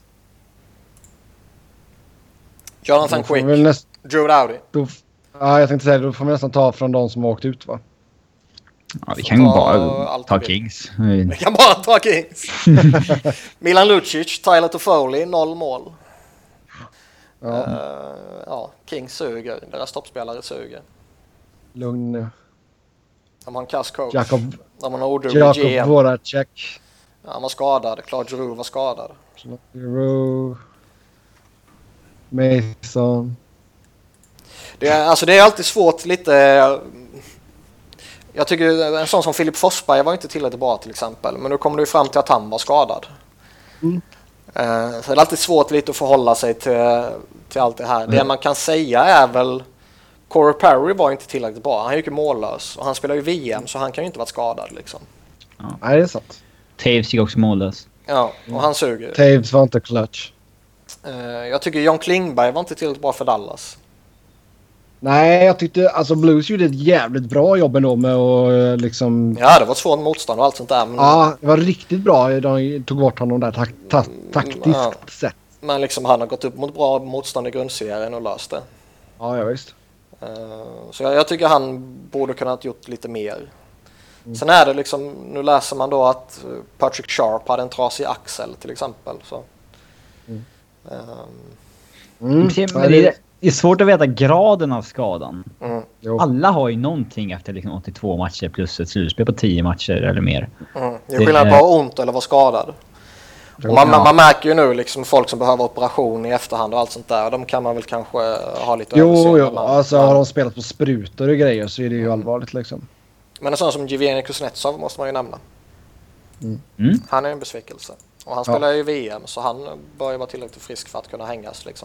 Jonathan Quick, Drew Doughty. Ja, jag tänkte säga då får vi nästan ta från de som har åkt ut, va? Ja, vi kan bara ta Kings. Vi kan bara ta Kings. Milan Lucic, Tyler Toffoli, 0 mål. Kings suger. Deras toppspelare suger. Lugn nu. De har en kass coach. De har en oduglig GM. Jakob Voracek. Ja, han var skadad. Claude Giroux var skadad. Giroux. Mason. Det är alltid svårt lite. Jag tycker en sån som Filip Forsberg var inte tillräckligt bra till exempel. Men nu kommer det ju fram till att han var skadad. Så det är alltid svårt lite att förhålla sig till allt det här. Det man kan säga är väl Corey Perry var inte tillräckligt bra. Han är ju mållös och han spelar ju VM så han kan ju inte vara skadad liksom. Ja, nej, det är sant. Taves gick också mållös. Ja, och han suger. Taves var inte clutch. Jag tycker John Klingberg var inte tillräckligt bra för Dallas. Nej, jag tyckte alltså Blues gjorde ett jävligt bra jobb ändå med att liksom... Ja, det var ett svårt motstånd och allt sånt där. Men... Ja, det var riktigt bra. De tog bort honom där taktiskt sett. Men liksom han har gått upp mot bra motstånd i grundserien och löst det. Ja, visst. Så jag tycker han borde kunnat gjort lite mer. Sen är det liksom, nu läser man då att Patrick Sharp hade en trasig axel till exempel. Så. Det är svårt att veta graden av skadan. Alla har ju någonting efter liksom 82 matcher plus ett slutspel på 10 matcher eller mer. Det är skillnad på att ha ont eller vara skadad. Och man märker ju nu liksom folk som behöver operation i efterhand och allt sånt där. De kan man väl kanske ha lite översyn. Jo, alltså har de spelat på sprutor och grejer så är det ju allvarligt liksom. Men en sån som Evgeni Kuznetsov måste man ju nämna. Han är en besvikelse. Och han spelar ju i VM så han bör ju vara tillräckligt frisk för att kunna hängas liksom.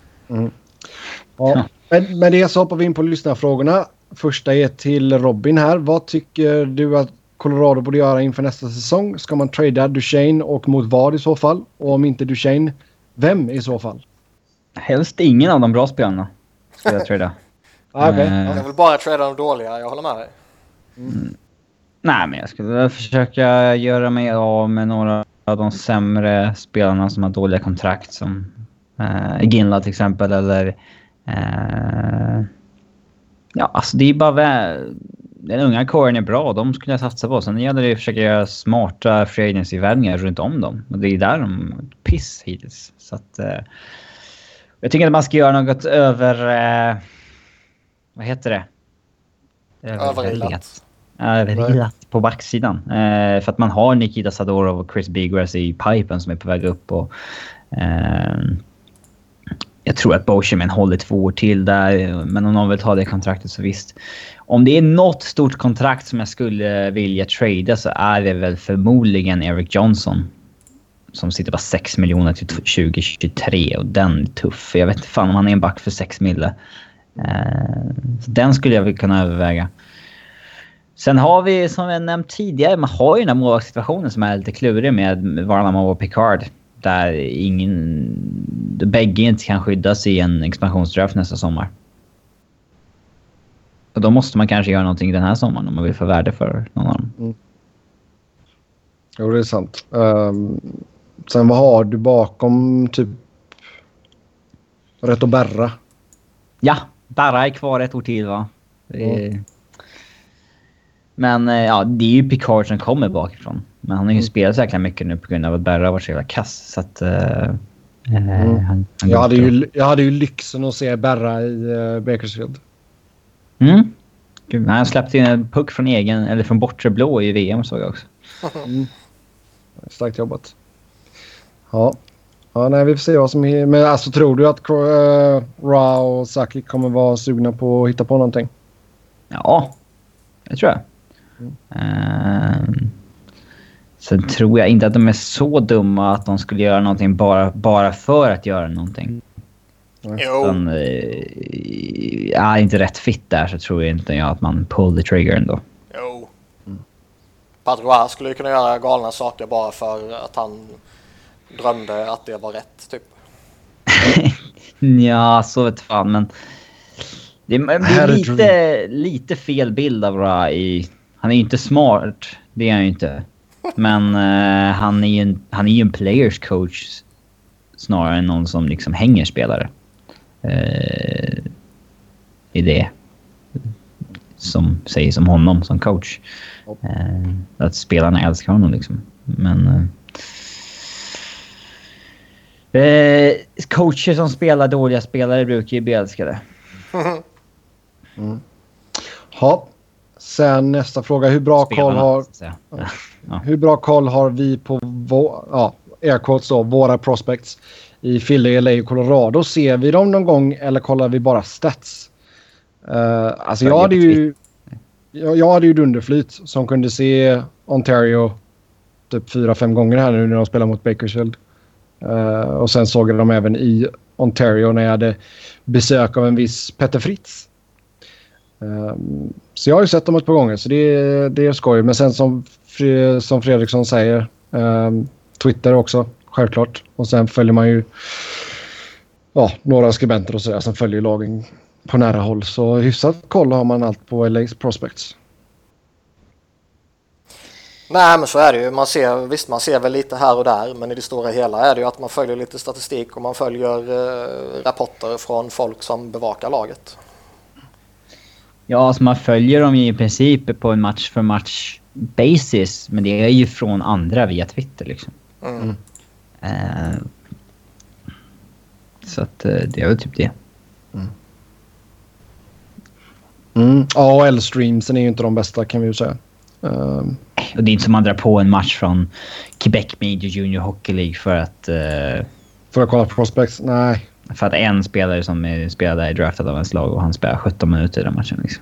Ja. Med det så hoppar vi in på lyssnarfrågorna. Första är till Robin här. Vad tycker du att Colorado borde göra inför nästa säsong? Ska man trada Duchene och mot vad i så fall? Och om inte Duchene, vem i så fall? Helst ingen av de bra spelarna ska jag trada. Jag vill bara trada de dåliga, jag håller med dig. Nej, men jag skulle försöka göra mig av med några av de sämre spelarna som har dåliga kontrakt som Ginla till exempel eller alltså det är bara den unga kåren är bra, de skulle jag satsa på. Sen gäller det att försöka göra smarta free agency-värvningar runt om dem. Och det är där de piss hittills. Så att jag tycker att man ska göra något vad heter det? Överrilat på backsidan. För att man har Nikita Sadorov och Chris Bigras i pipen som är på väg upp och jag tror att Boschman håller 2 år till där. Men om någon vill ta det kontraktet så visst. Om det är något stort kontrakt som jag skulle vilja trada så är det väl förmodligen Eric Johnson. Som sitter på 6 miljoner till 2023 och den är tuff. Jag vet inte fan om han är en back för 6 mille. Så den skulle jag väl kunna överväga. Sen har vi, som jag nämnt tidigare, man har ju den här målvaktssituationen som är lite klurig med Varnamo och Picard. Där bägge inte kan skyddas i en expansionsdraft nästa sommar. Och då måste man kanske göra någonting den här sommaren om man vill få värde för någon av dem. Jo, det är sant. Sen vad har du bakom typ Reto Berra? Ja, Berra är kvar 1 år till va? Men det är ju Picard som kommer bakifrån. Men han har ju spelat så jäkla mycket nu på grund av att Berra var så jävla kass. Så att, jag hade ju lyxen att se Berra i Bakersfield. Gud, han släppte in en puck från från bortre blå i VM såg jag också. Starkt jobbat. Ja, nej, vi får se vad som är. Men alltså tror du att Ra och Saki kommer vara sugna på att hitta på någonting? Ja, det tror jag. Sen tror jag inte att de är så dumma att de skulle göra någonting bara för att göra någonting. Utan, inte rätt fit där så tror jag inte att man pull the trigger ändå. Jo. Padrois skulle ju kunna göra galna saker bara för att han drömde att det var rätt typ. Ja, så vet fan, men det är lite fel bild av Ra i. Han är ju inte smart, det är han ju inte. Men han är ju en players coach snarare än någon som liksom hänger spelare. I det. som säger som honom som coach. Att spelarna älskar honom liksom. Men coacher som spelar dåliga spelare brukar ju bli älskade. Ja. Sen nästa fråga. Hur bra koll har vi på våra prospects i Philly, LA och Colorado? Ser vi dem någon gång eller kollar vi bara stats? Alltså jag hade ju dunderflyt som kunde se Ontario typ 4-5 gånger här nu när de spelar mot Bakersfield. Och sen såg jag dem även i Ontario när jag hade besök av en viss Petter Fritz. Så jag har ju sett dem ett par gånger, så det är skoj. Men sen som Fredriksson säger, Twitter också, självklart. Och sen följer man ju några skribenter och sådär som följer lagen på nära håll. Så hyfsat koll har man allt på LA's prospects. Nej, men så är det ju. Man ser väl lite här och där, men i det stora hela är det ju att man följer lite statistik och man följer rapporter från folk som bevakar laget. Ja, alltså man följer dem i princip på en match för match basis, men det är ju från andra via Twitter liksom. Så att det är väl typ det. AHL-streamsen är ju inte de bästa, kan vi ju säga. Och det är inte som man drar på en match från Quebec Major Junior Hockey League för att kolla på prospects. Nej. För att en spelare som spelar där är draftad av ens lag och han spelar 17 minuter i den matchen liksom.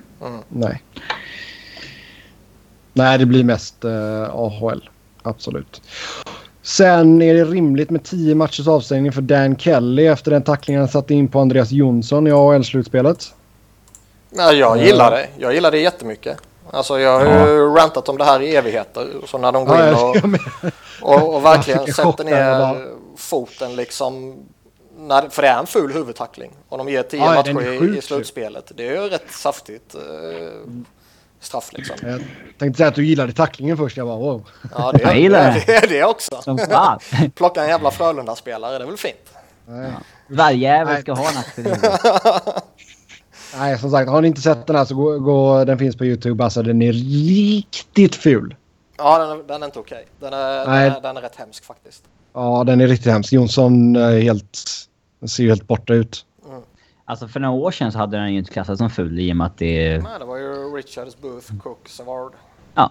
Nej, det blir mest AHL. Absolut. Sen är det rimligt med 10 matchers avstängning för Dan Kelly efter den tacklingen han satte in på Andreas Jonsson i AHL-slutspelet. Nej, jag gillar det. Jag gillar det jättemycket. Alltså jag har ju rantat om det här i evigheter. Så när de går in och verkligen sätter ner foten liksom. För det är en full huvudtackling. Och de ger 10 matcher i slutspelet. Det är ju rätt saftigt straff liksom. Jag tänkte säga att du gillade tacklingen först. Jag bara wow. Ja, det är det också. Som fan. Plocka en jävla Frölunda-spelare, det är väl fint. Ja. Varje jävel ska ha en aktiv. Nej, som sagt, har ni inte sett den här så den finns på YouTube. Alltså den är riktigt ful. Ja, den är inte okej. Den är rätt hemsk faktiskt. Ja, den är riktigt hemsk. Jonsson ser ju helt borta ut. Alltså för några år sedan så hade den ju inte klassats som ful i och med att det... Nej, det var ju Richards, Booth, Cook, Savard. Ja.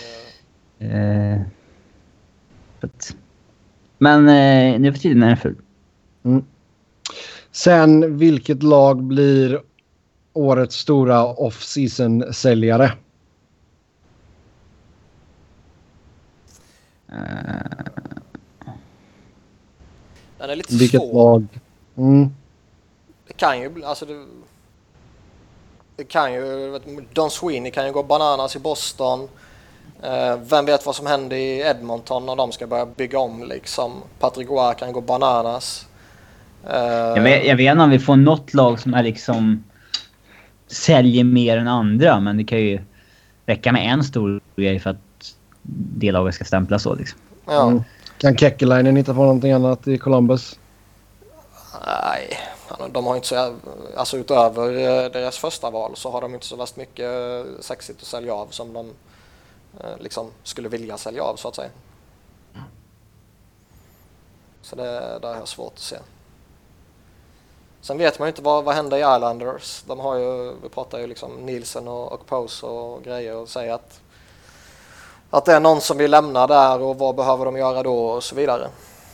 Men nu för tiden är den ful. Sen, vilket lag blir årets stora off-season-säljare? Den är lite vilket svår. Lag? Det kan ju, alltså det kan ju, Don Sweeney kan ju gå bananas i Boston. Vem vet vad som händer i Edmonton när de ska börja bygga om liksom. Patrick Roy kan gå bananas. Jag vet inte om vi får något lag som är liksom säljer mer än andra, men det kan ju räcka med en stor grej för att det laget ska stämpla så liksom. Ja. Kan Kekkelainen inte få någonting annat i Columbus? Nej, de har inte så, alltså utöver deras första val så har de inte så vast mycket sexigt att sälja av som de liksom skulle vilja sälja av så att säga. Så det är jag svårt att se. Sen vet man ju inte vad händer i Islanders. De har ju, vi pratar ju liksom Nielsen och Pose och grejer och säger att det är någon som vill lämna där och vad behöver de göra då och så vidare.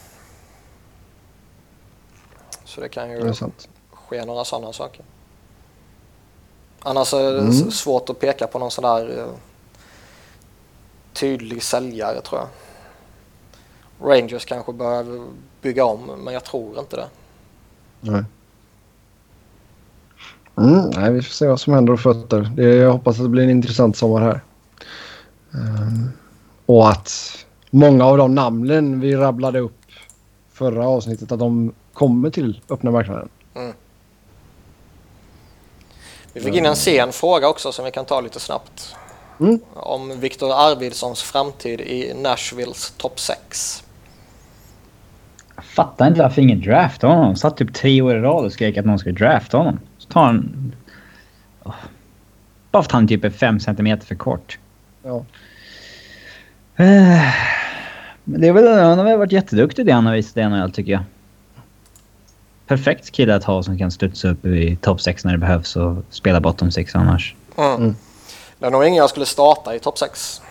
Så det kan ju ske några sådana saker. Annars är det svårt att peka på någon sån där tydlig säljare tror jag. Rangers kanske behöver bygga om, men jag tror inte det. Nej. Nej, vi får se vad som händer och fötter. Jag hoppas att det blir en intressant sommar här. Och att många av de namnen vi rabblade upp förra avsnittet att de kommer till öppna marknaden. Vi fick in en sen fråga också som vi kan ta lite snabbt. Om Viktor Arvidssons framtid i Nashvilles topp 6. Jag fattar inte varför ingen drafta honom. Satt typ 3 år i rad och skrek att någon skulle drafta honom. Så tar han... bara för att han typ är 5 centimeter för kort. Ja. Men det är väl, han har väl varit jätteduktig det han har visat i NHL tycker jag. Perfekt kille att ha som kan studsa upp i topp 6 när det behövs och spela bottom 6 annars. Det är nog ingen jag skulle starta i topp 6.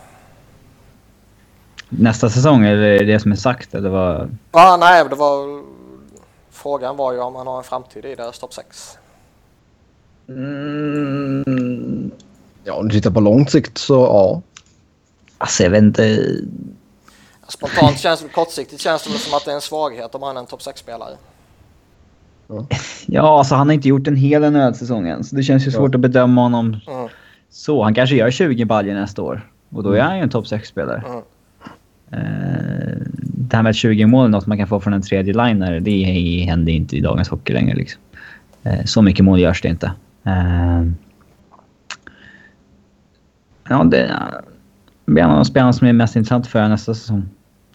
Nästa säsong, eller är det som är sagt? Eller vad? Nej, frågan var ju om han har en framtid i deras topp 6. Ja, om du tittar på lång sikt så ja. Alltså jag vet inte. Spontant kortsiktigt känns det som att det är en svaghet om han är en topp 6-spelare. Ja, alltså han har inte gjort en hel NHL-säsong än. Så det känns ju svårt att bedöma honom. Så han kanske gör 20 baljor nästa år. Och då är han ju en topp 6-spelare. Det här med 20 mål, något man kan få från en tredje liner, det händer inte i dagens hockey längre liksom. Så mycket mål görs det inte. Ja, det är en av de spelarna som är mest intressant för nästa säsong.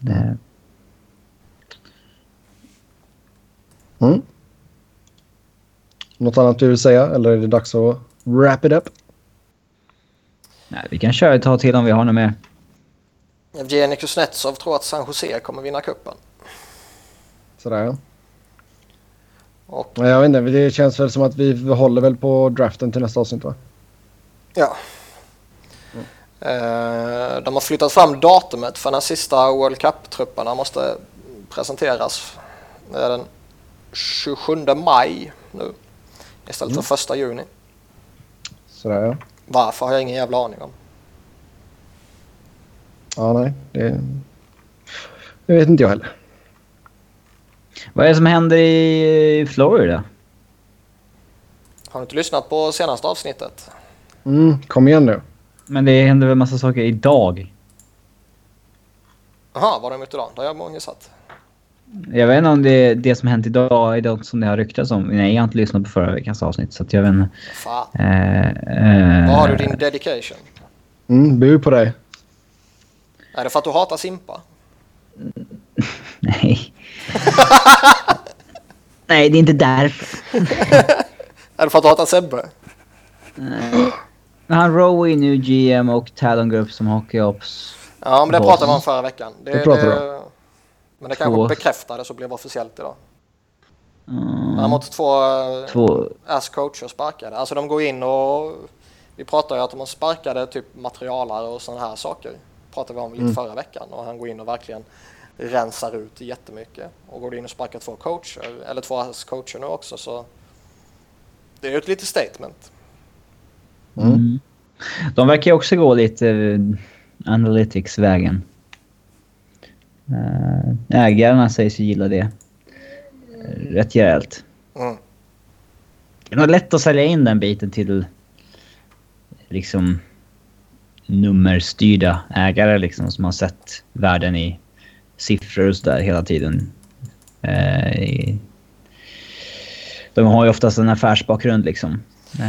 Något annat du vill säga? Eller är det dags att wrap it up? Nej, vi kan köra ett tag till om vi har något mer. Evgenij Kuznetsov tror att San Jose kommer vinna kuppen. Sådär ja. Och jag vet inte, det känns väl som att vi håller väl på draften till nästa avsnitt va? Ja. De har flyttat fram datumet för den sista World Cup-trupperna måste presenteras. Det är den 27 maj nu istället för 1 juni. Sådär ja. Varför har jag ingen jävla aning om. Ja, nej. Det vet inte jag heller. Vad är det som händer i Florida? Har du inte lyssnat på senaste avsnittet? Kom igen nu. Men det händer väl massa saker idag. Jaha, var de ute idag? Det har jag missat. Jag vet inte om det som hänt idag är det som det har ryktats om. Nej, jag har inte lyssnat på förra veckans avsnitt så att jag vet inte. Fan. Vad har du din dedication? Bu på dig. Är det för att du hatar Simpa? Nej. Nej, det är inte därför. Är det för att du hatar Sebbe? Han Rowe är nu GM och Talon Group som Hockey Ops. Ja, men det pratade man om förra veckan. Men det kanske bekräftades och blev officiellt idag. Han måste två coacher sparkade. Alltså de går in och vi pratar ju att de sparkade typ materialare och sådana här saker. Pratade vi om lite förra veckan och han går in och verkligen rensar ut jättemycket och går in och sparkar 2 coacher eller 2 coacher nu också så det är ju ett litet statement. De verkar ju också gå lite analytics-vägen. Ägarna säger sig gilla det rätt rejält. Det är nog lätt att sälja in den biten till liksom nummerstyrda ägare liksom, som har sett världen i siffror och så där hela tiden. De har ju oftast en affärsbakgrund liksom.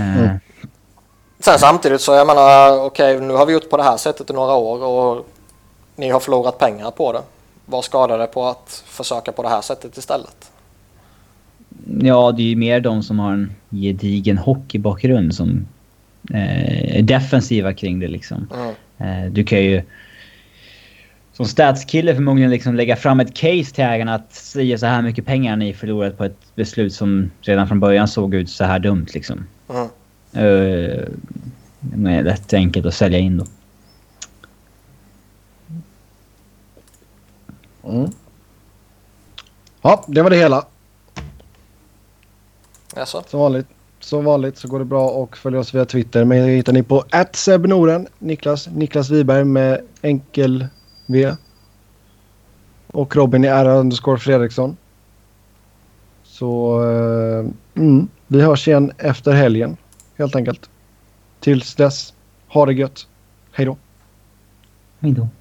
Sen samtidigt så jag menar okej, nu har vi gjort på det här sättet i några år och ni har förlorat pengar på det. Vad skadar det på att försöka på det här sättet istället? Ja, det är ju mer de som har en gedigen hockeybakgrund som är defensiva kring det liksom. Du kan ju som statskille förmodligen liksom lägga fram ett case till ägarna att säga så här mycket pengar ni förlorat på ett beslut som redan från början såg ut så här dumt liksom. Det är rätt enkelt att sälja in då. Ja, det var det hela. Jaså? Som vanligt så går det bra att följa oss via Twitter. Men det hittar ni på @sebnoren, Niklas Wiberg med enkel V. Och Robin är _Fredriksson. Så vi hörs igen efter helgen helt enkelt. Tills dess, ha det gött. Hej då. Hej då.